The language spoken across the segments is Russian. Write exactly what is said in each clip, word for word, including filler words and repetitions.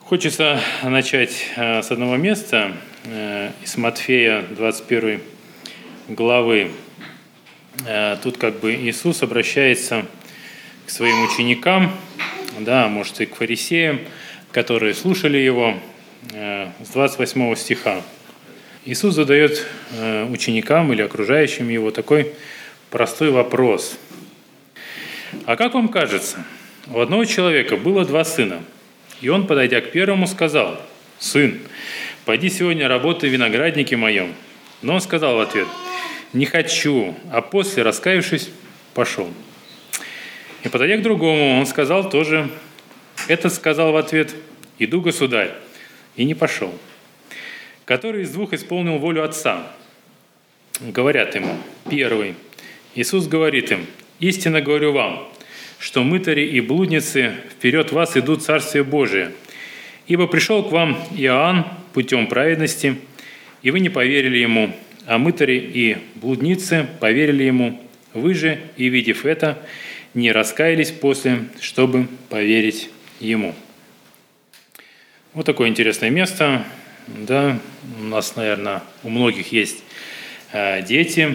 Хочется начать с одного места, из Матфея двадцать первой главы. Тут как бы Иисус обращается к своим ученикам, да, может и к фарисеям, которые слушали Его, с двадцать восьмого стиха. Иисус задает ученикам или окружающим Его такой простой вопрос. «А как вам кажется, у одного человека было два сына, и он, подойдя к первому, сказал: „Сын, пойди сегодня работай в винограднике моем“. Но он сказал в ответ: „Не хочу“, а после, раскаявшись, пошел. И, подойдя к другому, он сказал тоже, этот сказал в ответ: „Иду, государь“, и не пошел. Который из двух исполнил волю отца? Говорят ему: первый. Иисус говорит им: „Истинно говорю вам, что мытари и блудницы вперед вас идут в Царствие Божие. Ибо пришел к вам Иоанн путем праведности, и вы не поверили ему, а мытари и блудницы поверили ему. Вы же, и видев это, не раскаялись после, чтобы поверить ему“». Вот такое интересное место. Да, у нас, наверное, у многих есть э, дети.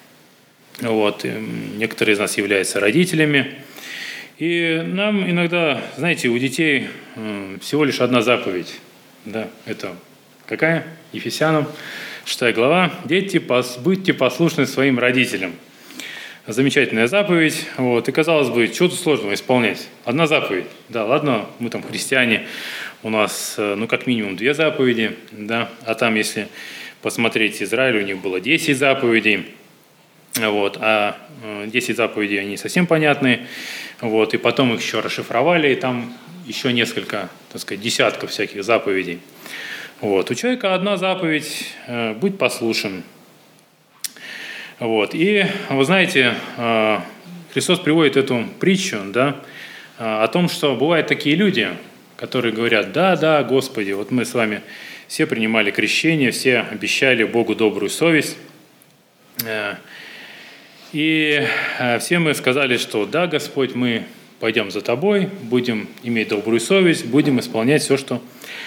Вот, некоторые из нас являются родителями. И нам иногда, знаете, у детей всего лишь одна заповедь. Да, это какая? Ефесянам, шестая глава. «Дети, будьте послушны своим родителям». Замечательная заповедь. Вот, и, казалось бы, что тут сложного исполнять? Одна заповедь. Да, ладно, мы там христиане, у нас, ну, как минимум две заповеди. Да, а там, если посмотреть Израиль, у них было десять заповедей. Вот, а десять заповедей, они совсем понятны. Вот, и потом их еще расшифровали, и там еще несколько, так сказать, десятков всяких заповедей. Вот, у человека одна заповедь – «Будь послушен». Вот, и вы знаете, Христос приводит эту притчу, да, о том, что бывают такие люди, которые говорят: «Да, да, Господи, вот мы с вами все принимали крещение, все обещали Богу добрую совесть». И все мы сказали, что да, Господь, мы пойдем за Тобой, будем иметь добрую совесть, будем исполнять все, что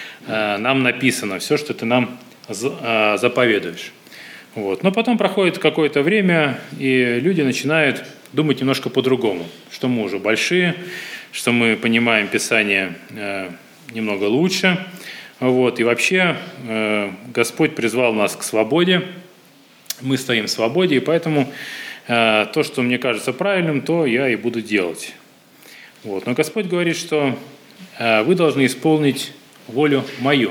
нам написано, все, что Ты нам заповедуешь. Вот. Но потом проходит какое-то время, и люди начинают думать немножко по-другому, что мы уже большие, что мы понимаем Писание немного лучше. Вот. И вообще Господь призвал нас к свободе, мы стоим в свободе, и поэтому то, что мне кажется правильным, то я и буду делать. Вот. Но Господь говорит, что вы должны исполнить волю мою.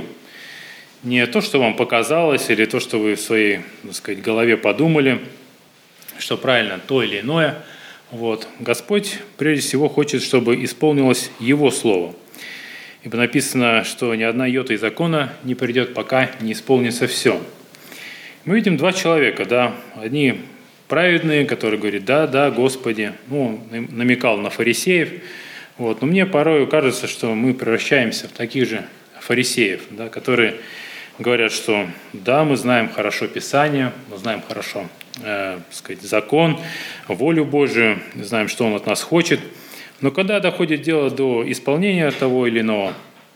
Не то, что вам показалось, или то, что вы в своей, так сказать, голове подумали, что правильно то или иное. Вот. Господь прежде всего хочет, чтобы исполнилось Его Слово. Ибо написано, что ни одна йота из закона не придет, пока не исполнится все. Мы видим два человека, да, одни праведные, которые говорят: «Да, да, Господи», ну, намекал на фарисеев. Вот. Но мне порой кажется, что мы превращаемся в таких же фарисеев, да, которые говорят, что да, мы знаем хорошо Писание, мы знаем хорошо, э, так сказать, закон, волю Божию, знаем, что Он от нас хочет. Но когда доходит дело до исполнения того или иного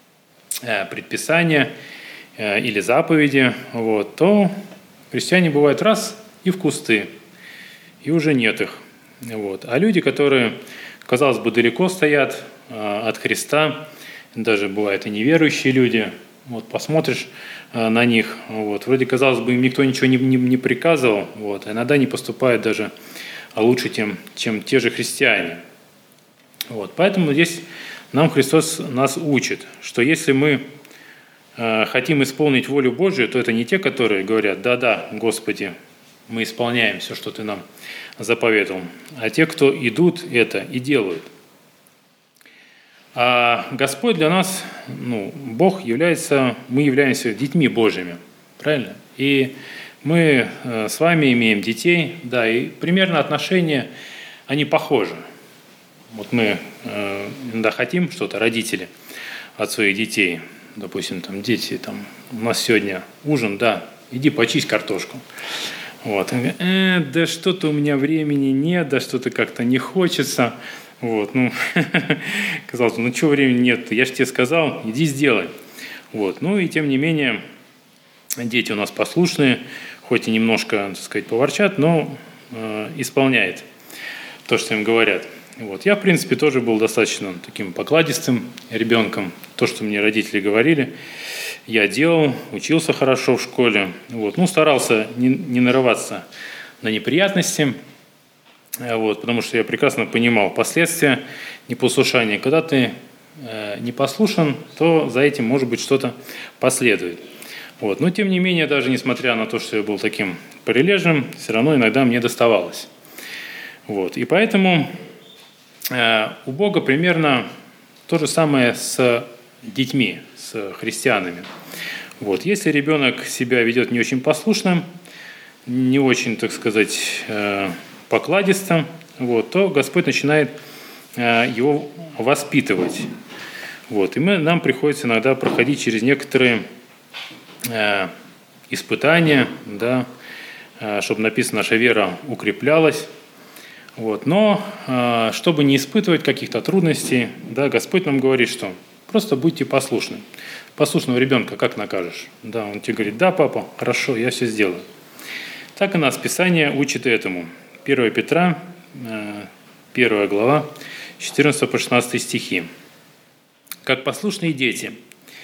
э, предписания э, или заповеди, вот, то христиане бывают раз и в кусты, и уже нет их. Вот. А люди, которые, казалось бы, далеко стоят э, от Христа, даже бывают и неверующие люди, вот, посмотришь э, на них, вот, вроде, казалось бы, им никто ничего не, не, не приказывал, вот, а иногда не поступают даже лучше, тем, чем те же христиане. Вот. Поэтому здесь нам Христос нас учит, что если мы э, хотим исполнить волю Божию, то это не те, которые говорят: «Да-да, Господи, мы исполняем все, что Ты нам заповедовал», а те, кто идут это и делают. А Господь для нас, ну, Бог является, мы являемся детьми Божьими, правильно? И мы с вами имеем детей, да, и примерно отношения, они похожи. Вот мы э, иногда хотим что-то, родители, от своих детей. Допустим, там дети, там, у нас сегодня ужин, да, иди почисть картошку. Вот. Он говорит: э, да что-то у меня времени нет, да что-то как-то не хочется. Вот, ну, казалось бы, ну что времени нет, я же тебе сказал, иди сделай. Вот. Ну и тем не менее, дети у нас послушные, хоть и немножко, так сказать, поворчат, но э, исполняет то, что им говорят. Вот. Я, в принципе, тоже был достаточно таким покладистым ребенком. То, что мне родители говорили, я делал, учился хорошо в школе. Вот. Ну, старался не, не нарываться на неприятности, вот, потому что я прекрасно понимал последствия непослушания. Когда ты э, не послушан, то за этим, может быть, что-то последует. Вот. Но, тем не менее, даже несмотря на то, что я был таким прилежным, все равно иногда мне доставалось. Вот. И поэтому э, у Бога примерно то же самое с детьми, с христианами. Вот. Если ребенок себя ведет не очень послушным, не очень, так сказать, э, покладисто, вот, то Господь начинает э, его воспитывать. Вот. И мы, нам приходится иногда проходить через некоторые э, испытания, да, э, чтобы написано, наша вера укреплялась. Вот. Но э, чтобы не испытывать каких-то трудностей, да, Господь нам говорит, что просто будьте послушны. Послушного ребенка как накажешь? Да, он тебе говорит: да, папа, хорошо, я все сделаю. Так и нас Писание учит этому. первое Петра, первая глава, четырнадцатый по шестнадцатый стихи. «Как послушные дети,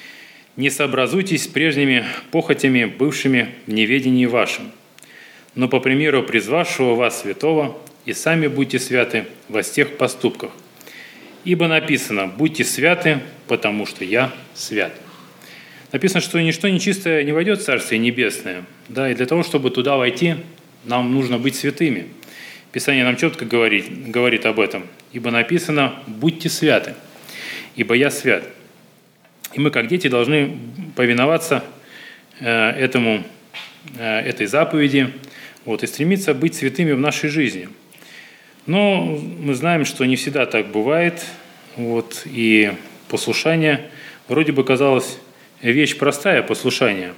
не сообразуйтесь с прежними похотями, бывшими в неведении вашем, но по примеру призвавшего вас святого, и сами будьте святы во всех поступках. Ибо написано: будьте святы, потому что я свят». Написано, что ничто нечистое не войдет в Царствие Небесное. Да, и для того, чтобы туда войти, нам нужно быть святыми. Писание нам четко говорит, говорит об этом. Ибо написано: будьте святы, ибо я свят. И мы, как дети, должны повиноваться э, этому, э, этой заповеди, вот, и стремиться быть святыми в нашей жизни. Но мы знаем, что не всегда так бывает. Вот, и послушание вроде бы казалось вещь простая, послушание.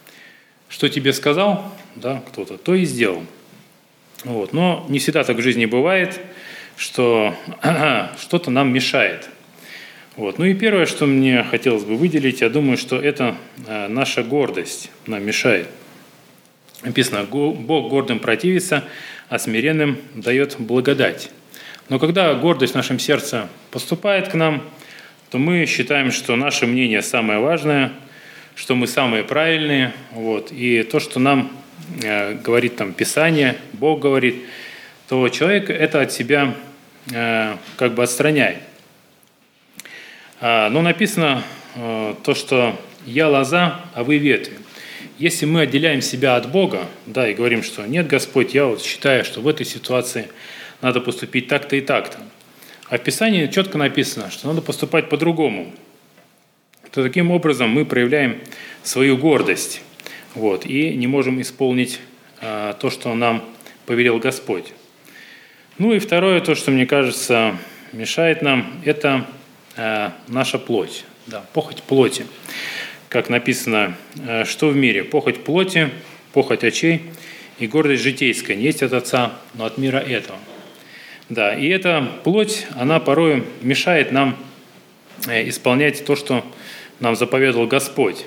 Что тебе сказал, да, кто-то, то и сделал. Вот. Но не всегда так в жизни бывает, что что-то нам мешает. Вот. Ну и первое, что мне хотелось бы выделить, я думаю, что это наша гордость нам мешает. Написано: Бог гордым противится, а смиренным дает благодать. Но когда гордость в нашем сердце поступает к нам, то мы считаем, что наше мнение самое важное, что мы самые правильные, вот, и то, что нам э, говорит там Писание, Бог говорит, то человек это от себя э, как бы отстраняет. А, но написано э, то, что «я лоза, а вы ветви». Если мы отделяем себя от Бога, да, и говорим, что «нет, Господь, я вот считаю, что в этой ситуации надо поступить так-то и так-то», а в Писании четко написано, что надо поступать по-другому, то таким образом мы проявляем свою гордость, вот, и не можем исполнить а, то, что нам повелел Господь. Ну и второе, то, что, мне кажется, мешает нам, это а, наша плоть, да, похоть плоти. Как написано, а, что в мире? Похоть плоти, похоть очей и гордость житейская, не есть от Отца, но от мира этого. Да, и эта плоть, она порой мешает нам исполнять то, что нам заповедовал Господь.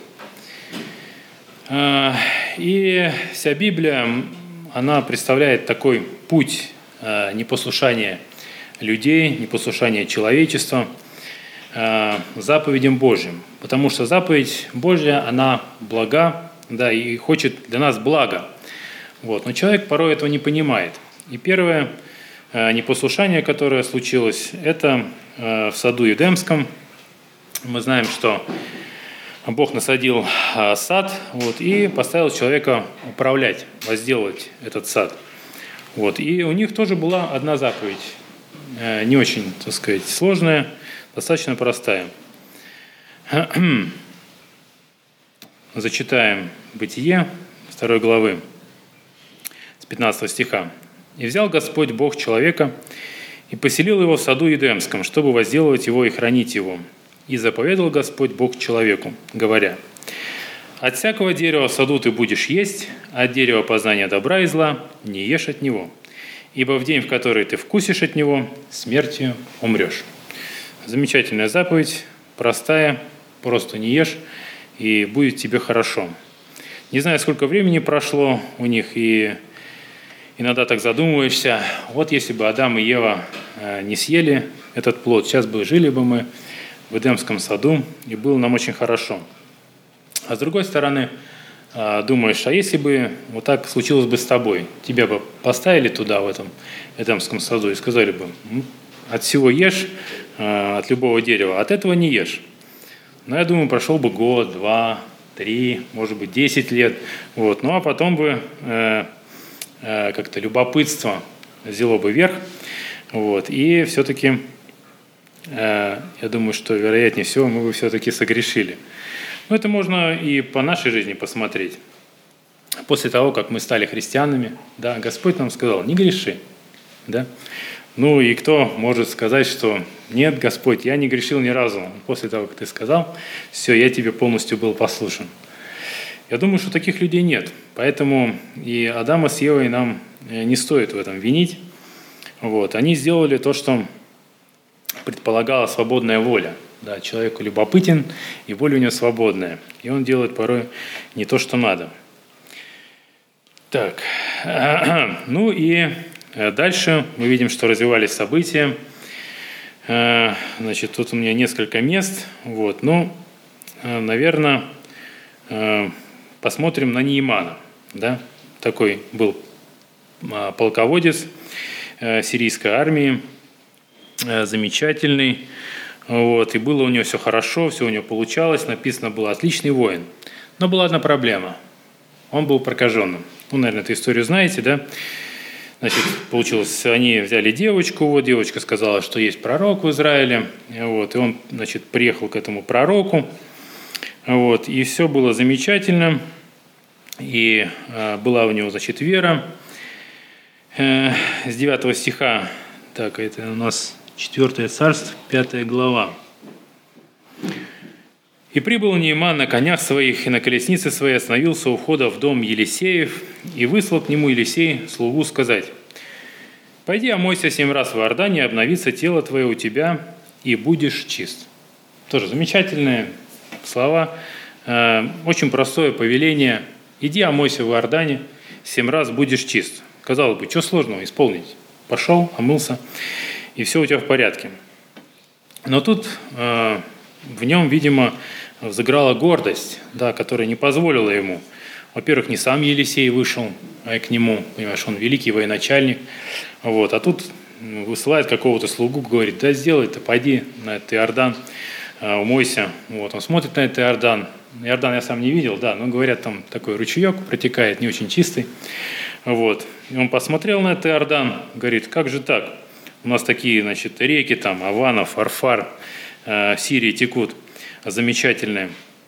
И вся Библия, она представляет такой путь непослушания людей, непослушания человечества заповедям Божьим. Потому что заповедь Божья, она блага, да, и хочет для нас блага. Вот. Но человек порой этого не понимает. И первое непослушание, которое случилось, это в саду Эдемском. Мы знаем, что Бог насадил сад, вот, и поставил человека управлять, возделывать этот сад. Вот. И у них тоже была одна заповедь, не очень, так сказать, сложная, достаточно простая. Зачитаем Бытие второй главы с пятнадцатого стиха. «И взял Господь Бог человека и поселил его в саду Эдемском, чтобы возделывать его и хранить его. И заповедал Господь Бог человеку, говоря: от всякого дерева в саду ты будешь есть, а от дерева познания добра и зла не ешь от него, ибо в день, в который ты вкусишь от него, смертью умрешь». Замечательная заповедь, простая, просто не ешь, и будет тебе хорошо. Не знаю, сколько времени прошло у них, и иногда так задумываешься, вот если бы Адам и Ева не съели этот плод, сейчас бы жили бы мы в Эдемском саду, и было нам очень хорошо. А с другой стороны, думаешь, а если бы вот так случилось бы с тобой, тебя бы поставили туда, в этом Эдемском саду, и сказали бы, от всего ешь, от любого дерева, от этого не ешь. Но я думаю, прошел бы год, два, три, может быть, десять лет. Вот. Ну а потом бы э, э, как-то любопытство взяло бы верх. Вот. И все-таки, э, я думаю, что, вероятнее всего, мы бы все-таки согрешили. Но это можно и по нашей жизни посмотреть. После того, как мы стали христианами, да, Господь нам сказал, не греши. Да? Ну и кто может сказать, что нет, Господь, я не грешил ни разу. После того, как ты сказал, все, я тебе полностью был послушен. Я думаю, что таких людей нет. Поэтому и Адама с Евой нам не стоит в этом винить. Вот. Они сделали то, что предполагала свободная воля. Да, человек любопытен, и воля у него свободная. И он делает порой не то, что надо. Так, ну и дальше мы видим, что развивались события. Значит, тут у меня несколько мест. Вот. Ну, наверное, посмотрим на Неемана. Да? Такой был полководец сирийской армии, замечательный. Вот. И было у него все хорошо, все у него получалось. Написано было «отличный воин». Но была одна проблема. Он был прокаженным. Ну, наверное, эту историю знаете, да? Значит, получилось, они взяли девочку, вот девочка сказала, что есть пророк в Израиле, вот, и он, значит, приехал к этому пророку, вот, и все было замечательно, и э, была у него, значит, вера. Э, с девятого стиха, так, это у нас четвёртое царство, пятая глава. «И прибыл Нееман на конях своих и на колеснице своей остановился у входа в дом Елисеев, и выслал к нему Елисей слугу сказать: «Пойди омойся семь раз в Иордане, и обновится тело твое у тебя, и будешь чист». Тоже замечательные слова, очень простое повеление. «Иди омойся в Иордане, семь раз будешь чист». Казалось бы, что сложного исполнить? Пошел, омылся, и все у тебя в порядке. Но тут в нем, видимо, взыграла гордость, да, которая не позволила ему. Во-первых, не сам Елисей вышел а к нему, понимаешь, он великий военачальник, вот, а тут высылает какого-то слугу, говорит: да сделай-то, пойди на этот Иордан, умойся. Вот, он смотрит на этот Иордан. Иордан я сам не видел, да, но говорят, там такой ручеек протекает, не очень чистый. Вот. И он посмотрел на этот Иордан, говорит: как же так? У нас такие, значит, реки там, Авана, Фарфар, в Сирии текут, замечательные.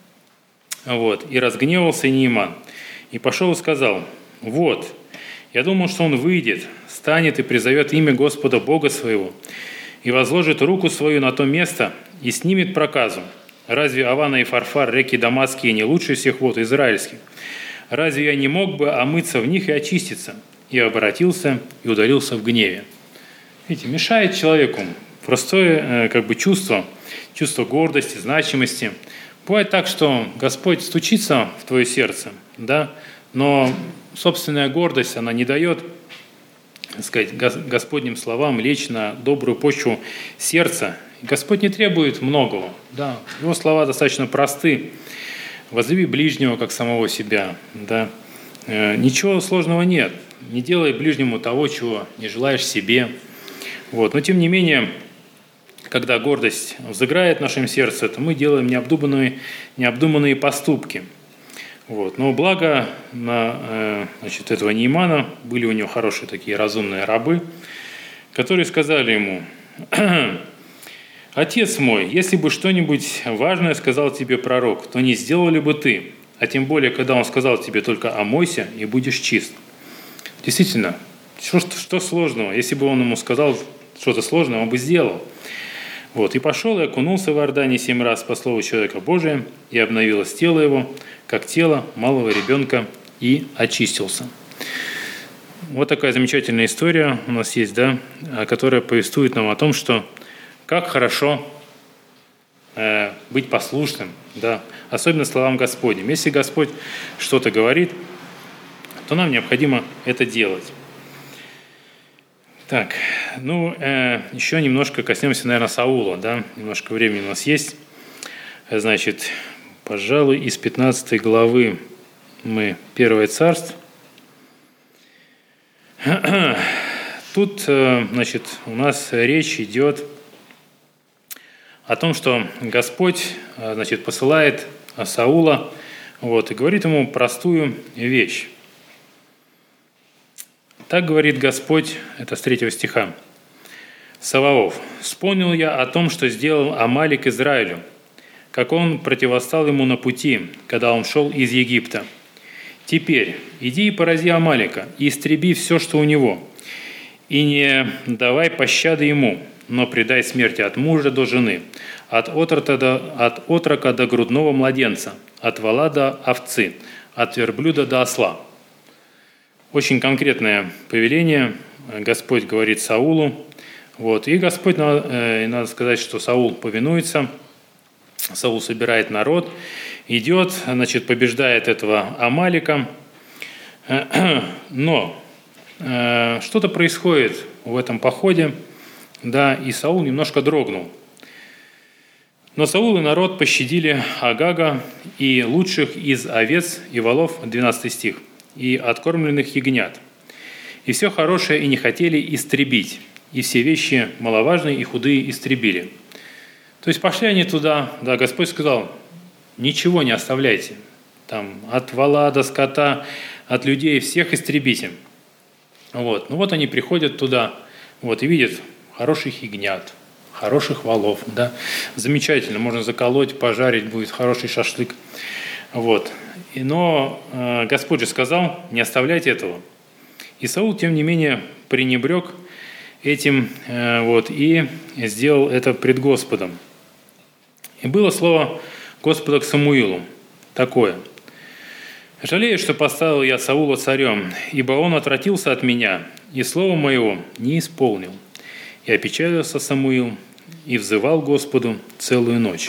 Вот. И разгневался Нееман. И пошел и сказал: вот, я думал, что он выйдет, станет и призовет имя Господа Бога своего, и возложит руку свою на то место, и снимет проказу. Разве Авана и Фарфар, реки Дамасские, не лучше всех вод израильских? Разве я не мог бы омыться в них и очиститься? И обратился, и удалился в гневе. Видите, мешает человеку простое как бы чувство, чувство гордости, значимости. Бывает так, что Господь стучится в твое сердце, да, но собственная гордость, она не дает, так сказать, Господним словам лечь на добрую почву сердца. Господь не требует многого, да, его слова достаточно просты. Возлюби ближнего, как самого себя, да. Ничего сложного нет. Не делай ближнему того, чего не желаешь себе. Вот. Но тем не менее, когда гордость взыграет в нашем сердце, то мы делаем необдуманные, необдуманные поступки. Вот. Но благо на, значит, этого Неемана были у него хорошие такие разумные рабы, которые сказали ему: «Отец мой, если бы что-нибудь важное сказал тебе пророк, то не сделал ли бы ты? А тем более, когда он сказал тебе только омойся и будешь чист». Действительно, что, что сложного? Если бы он ему сказал что-то сложное, он бы сделал. Вот. И пошел, и окунулся в Иордане семь раз по слову человека Божия, и обновилось тело его, как тело малого ребенка, и очистился. Вот такая замечательная история у нас есть, да, которая повествует нам о том, что как хорошо э, быть послушным, да, особенно словам Господним. Если Господь что-то говорит, то нам необходимо это делать. Так, ну, э, еще немножко коснемся, наверное, Саула, да, немножко времени у нас есть. Значит, пожалуй, из пятнадцатой главы мы Первое царство. Тут, значит, у нас речь идет о том, что Господь, значит, посылает Саула, вот, и говорит ему простую вещь. Так говорит Господь, это с третьего стиха. Саваоф, вспомнил я о том, что сделал Амалик Израилю, как он противостал ему на пути, когда он шел из Египта. Теперь иди и порази Амалика, и истреби все, что у него, и не давай пощады ему, но предай смерти от мужа до жены, от отрока до, от отрока до грудного младенца, от вола до овцы, от верблюда до осла. Очень конкретное повеление Господь говорит Саулу. Вот. И Господь, надо, надо сказать, что Саул повинуется, Саул собирает народ, идет, значит, побеждает этого Амалика. Но э, что-то происходит в этом походе, да, и Саул немножко дрогнул. Но Саул и народ пощадили Агага и лучших из овец и волов, двенадцатый стих, и откормленных ягнят. И все хорошее и не хотели истребить, и все вещи маловажные и худые истребили. То есть пошли они туда, да, Господь сказал, ничего не оставляйте. Там от вола до скота, от людей всех истребите. Вот. Ну вот они приходят туда, вот, и видят хороших ягнят, хороших волов, да. Замечательно, можно заколоть, пожарить, будет хороший шашлык. Вот. И, но э, Господь же сказал, не оставляйте этого. И Саул, тем не менее, пренебрег этим, э, вот, и сделал это пред Господом. И было слово Господа к Самуилу такое. «Жалею, что поставил я Саула царем, ибо он отвратился от меня, и слова моего не исполнил. И опечалился Самуил, и взывал Господу целую ночь».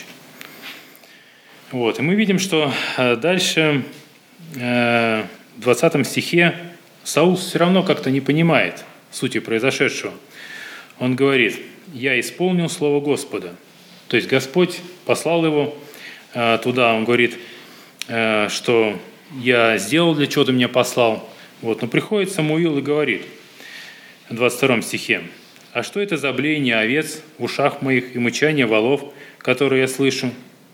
Вот. И мы видим, что дальше в двадцатом стихе Саул все равно как-то не понимает сути произошедшего. Он говорит, «Я исполнил слово Господа». То есть Господь послал его туда, он говорит, что «я сделал, для чего ты меня послал». Вот. Но приходит Самуил и говорит в двадцать втором стихе, «А что это за блеяние овец в ушах моих и мычание волов, которые я слышу?»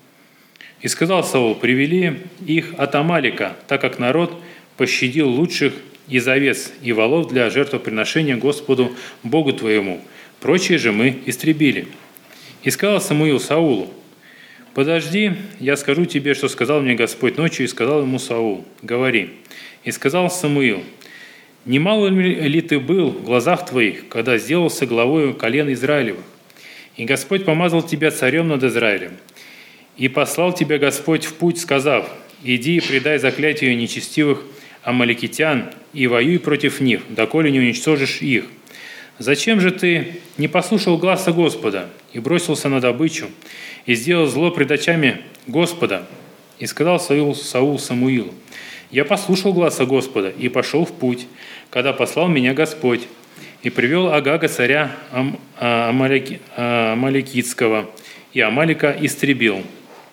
И сказал Саул, «Привели их от Амалика, так как народ пощадил лучших из овец и волов для жертвоприношения Господу Богу твоему. Прочие же мы истребили». И сказал Самуил Саулу, «Подожди, я скажу тебе, что сказал мне Господь ночью». И сказал ему Саул, «Говори». И сказал Самуил, «Немало ли ты был в глазах твоих, когда сделался главою колен Израилевых? И Господь помазал тебя царем над Израилем. И послал тебя Господь в путь, сказав, иди и предай заклятию нечестивых амаликитян и воюй против них, доколе не уничтожишь их. Зачем же ты не послушал гласа Господа и бросился на добычу, и сделал зло пред очами Господа?» И сказал Саул, Саул Самуилу, «Я послушал гласа Господа и пошел в путь, когда послал меня Господь, и привел Агага царя Ам, Амалики, Амаликитского, и Амалика истребил.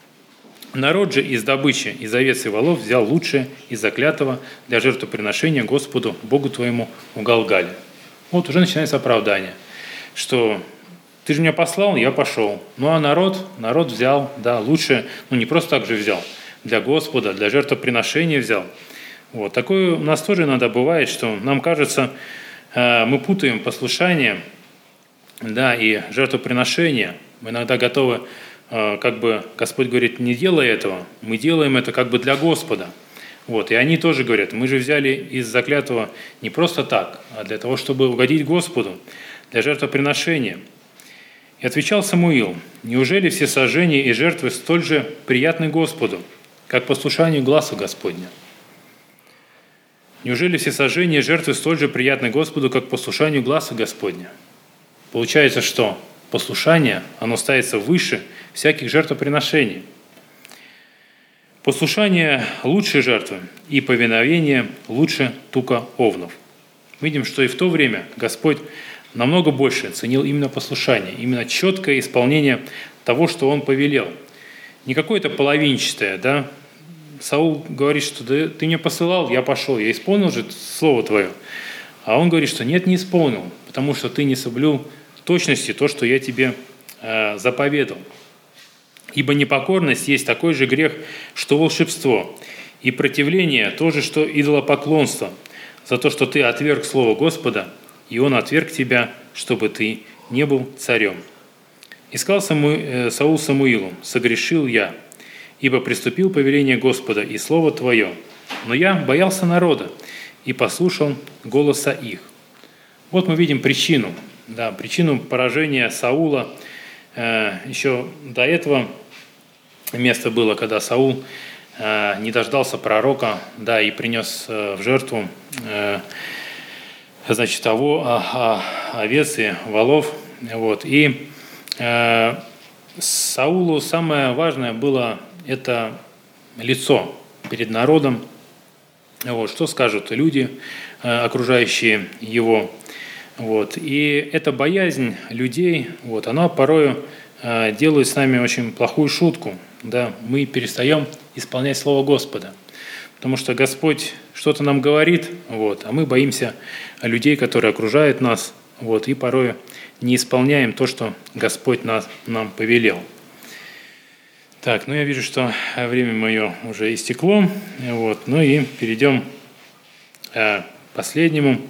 Народ же из добычи, из овец и волов взял лучшее из заклятого для жертвоприношения Господу, Богу твоему, у Галгале». Вот уже начинается оправдание, что ты же меня послал, я пошел. Ну а народ, народ взял, да, лучшее, ну не просто так же взял, для Господа, для жертвоприношения взял. Вот. Такое у нас тоже иногда бывает, что нам кажется, мы путаем послушание, да, и жертвоприношение. Мы иногда готовы, как бы Господь говорит, не делай этого, мы делаем это как бы для Господа. Вот. И они тоже говорят, мы же взяли из заклятого не просто так, а для того, чтобы угодить Господу, для жертвоприношения. И отвечал Самуил, неужели все сожжения и жертвы столь же приятны Господу, как послушанию гласа Господня? Неужели все сожжения и жертвы столь же приятны Господу, как послушанию гласа Господня? Получается, что послушание, оно ставится выше всяких жертвоприношений. Послушание лучше жертвы, и повиновение лучше тука овнов. Видим, что и в то время Господь намного больше ценил именно послушание, именно четкое исполнение того, что Он повелел. Не какое-то половинчатое, да? Саул говорит, что да, ты меня посылал, я пошел, я исполнил же слово твое. А он говорит, что нет, не исполнил, потому что ты не соблюл в точности то, что я тебе э, заповедал. Ибо непокорность есть такой же грех, что волшебство, и противление то же, что идолопоклонство, за то, что ты отверг слово Господа, и Он отверг тебя, чтобы ты не был царем. И сказал Саму... э, Саул Самуилу: «Согрешил я, ибо приступил повеление Господа и слово твое, но я боялся народа и послушал голоса их». Вот мы видим причину, да, причину поражения Саула. Еще до этого место было, когда Саул не дождался пророка, да, и принес в жертву, значит, овец и волов. Вот. И Саулу самое важное было это лицо перед народом. Вот. Что скажут люди, окружающие его. Вот. И эта боязнь людей, вот, она порою э, делает с нами очень плохую шутку. Да? Мы перестаем исполнять Слово Господа. Потому что Господь что-то нам говорит, вот, а мы боимся людей, которые окружают нас, вот, и порой не исполняем то, что Господь нас, нам повелел. Так, ну я вижу, что время мое уже истекло. Вот, ну и перейдем э, к последнему.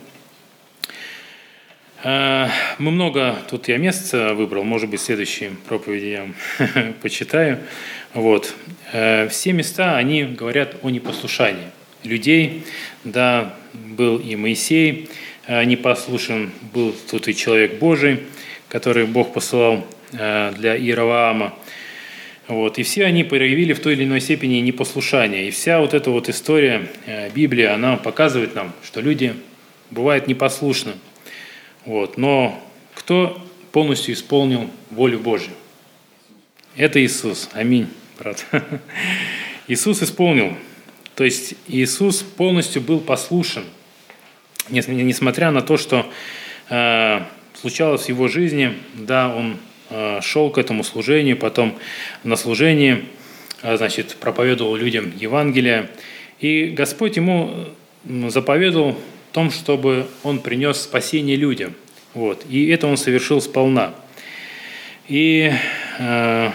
Мы много, тут я мест выбрал, может быть, следующие проповеди я почитаю. Вот. Все места, они говорят о непослушании людей. Да, был и Моисей непослушен, был тут и человек Божий, который Бог посылал для Иеровоама. Вот. И все они проявили в той или иной степени непослушание. И вся вот эта вот история Библии, она показывает нам, что люди бывают непослушны. Вот. Но кто полностью исполнил волю Божью? Это Иисус. Аминь, брат. Иисус исполнил. То есть Иисус полностью был послушен, несмотря на то, что э, случалось в его жизни. Да, он э, шел к этому служению, потом на служении, э, значит, проповедовал людям Евангелие. И Господь ему заповедовал в том, чтобы он принес спасение людям. Вот. И это он совершил сполна. И э,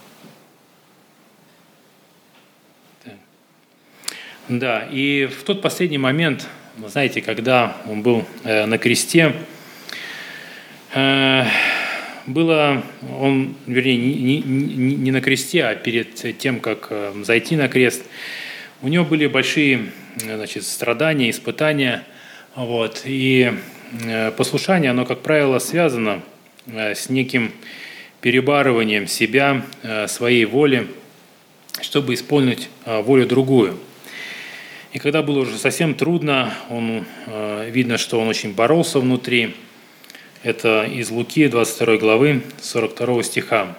да, и в тот последний момент, вы знаете, когда он был э, на кресте, э, было он, вернее, не, не, не на кресте, а перед тем, как э, зайти на крест, у него были большие, значит, страдания, испытания. Вот. И послушание, оно, как правило, связано с неким перебарыванием себя, своей воли, чтобы исполнить волю другую. И когда было уже совсем трудно, он, видно, что он очень боролся внутри. Это из Луки, двадцать второй главы, сорок второго стиха.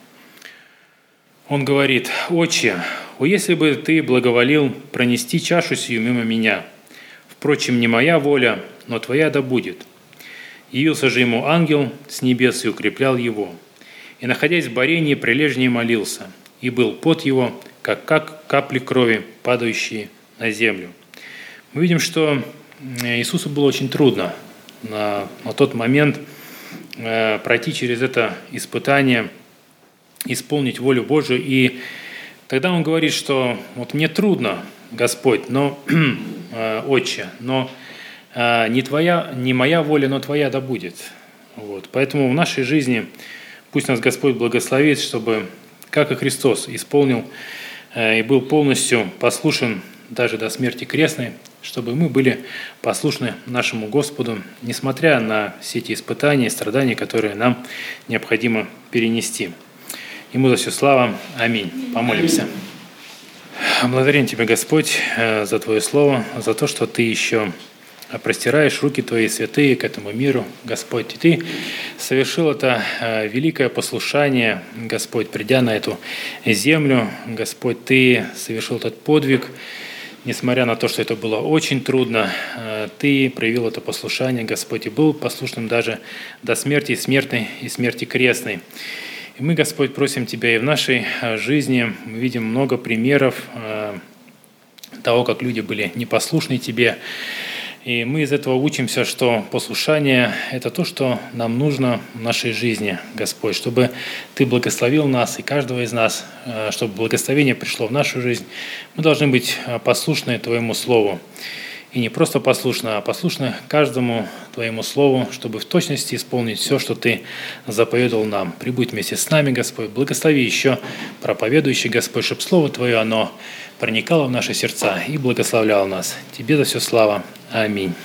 Он говорит: «Отче, о, если бы ты благоволил пронести чашу сию мимо меня, впрочем, не моя воля, но твоя да будет». Явился же ему ангел с небес и укреплял его. И, находясь в борении, прилежнее молился, и был пот его, как, как капли крови, падающие на землю. Мы видим, что Иисусу было очень трудно на, на тот момент э, пройти через это испытание, исполнить волю Божию. И тогда он говорит, что вот мне трудно, Господь, но э, Отче, но э, не твоя, не моя воля, но твоя да будет. Вот. Поэтому в нашей жизни пусть нас Господь благословит, чтобы, как и Христос, исполнил э, и был полностью послушен даже до смерти крестной, чтобы мы были послушны нашему Господу, несмотря на все эти испытания и страдания, которые нам необходимо перенести. Ему за все слава. Аминь. Помолимся. Благодарим Тебя, Господь, за Твое Слово, за то, что Ты еще простираешь руки Твои святые к этому миру, Господь. И Ты совершил это великое послушание, Господь, придя на эту землю. Господь, Ты совершил этот подвиг, несмотря на то, что это было очень трудно. Ты проявил это послушание, Господь, и был послушным даже до смерти смертной и смерти крестной. И мы, Господь, просим Тебя и в нашей жизни. Мы видим много примеров того, как люди были непослушны Тебе. И мы из этого учимся, что послушание – это то, что нам нужно в нашей жизни, Господь, чтобы Ты благословил нас и каждого из нас, чтобы благословение пришло в нашу жизнь. Мы должны быть послушны Твоему Слову. И не просто послушны, а послушны каждому Твоему Слову, чтобы в точности исполнить все, что Ты заповедал нам. Прибудь вместе с нами, Господь. Благослови еще проповедующий, Господь, чтобы Слово Твое, оно проникало в наши сердца и благословляло нас. Тебе за все слава. Аминь.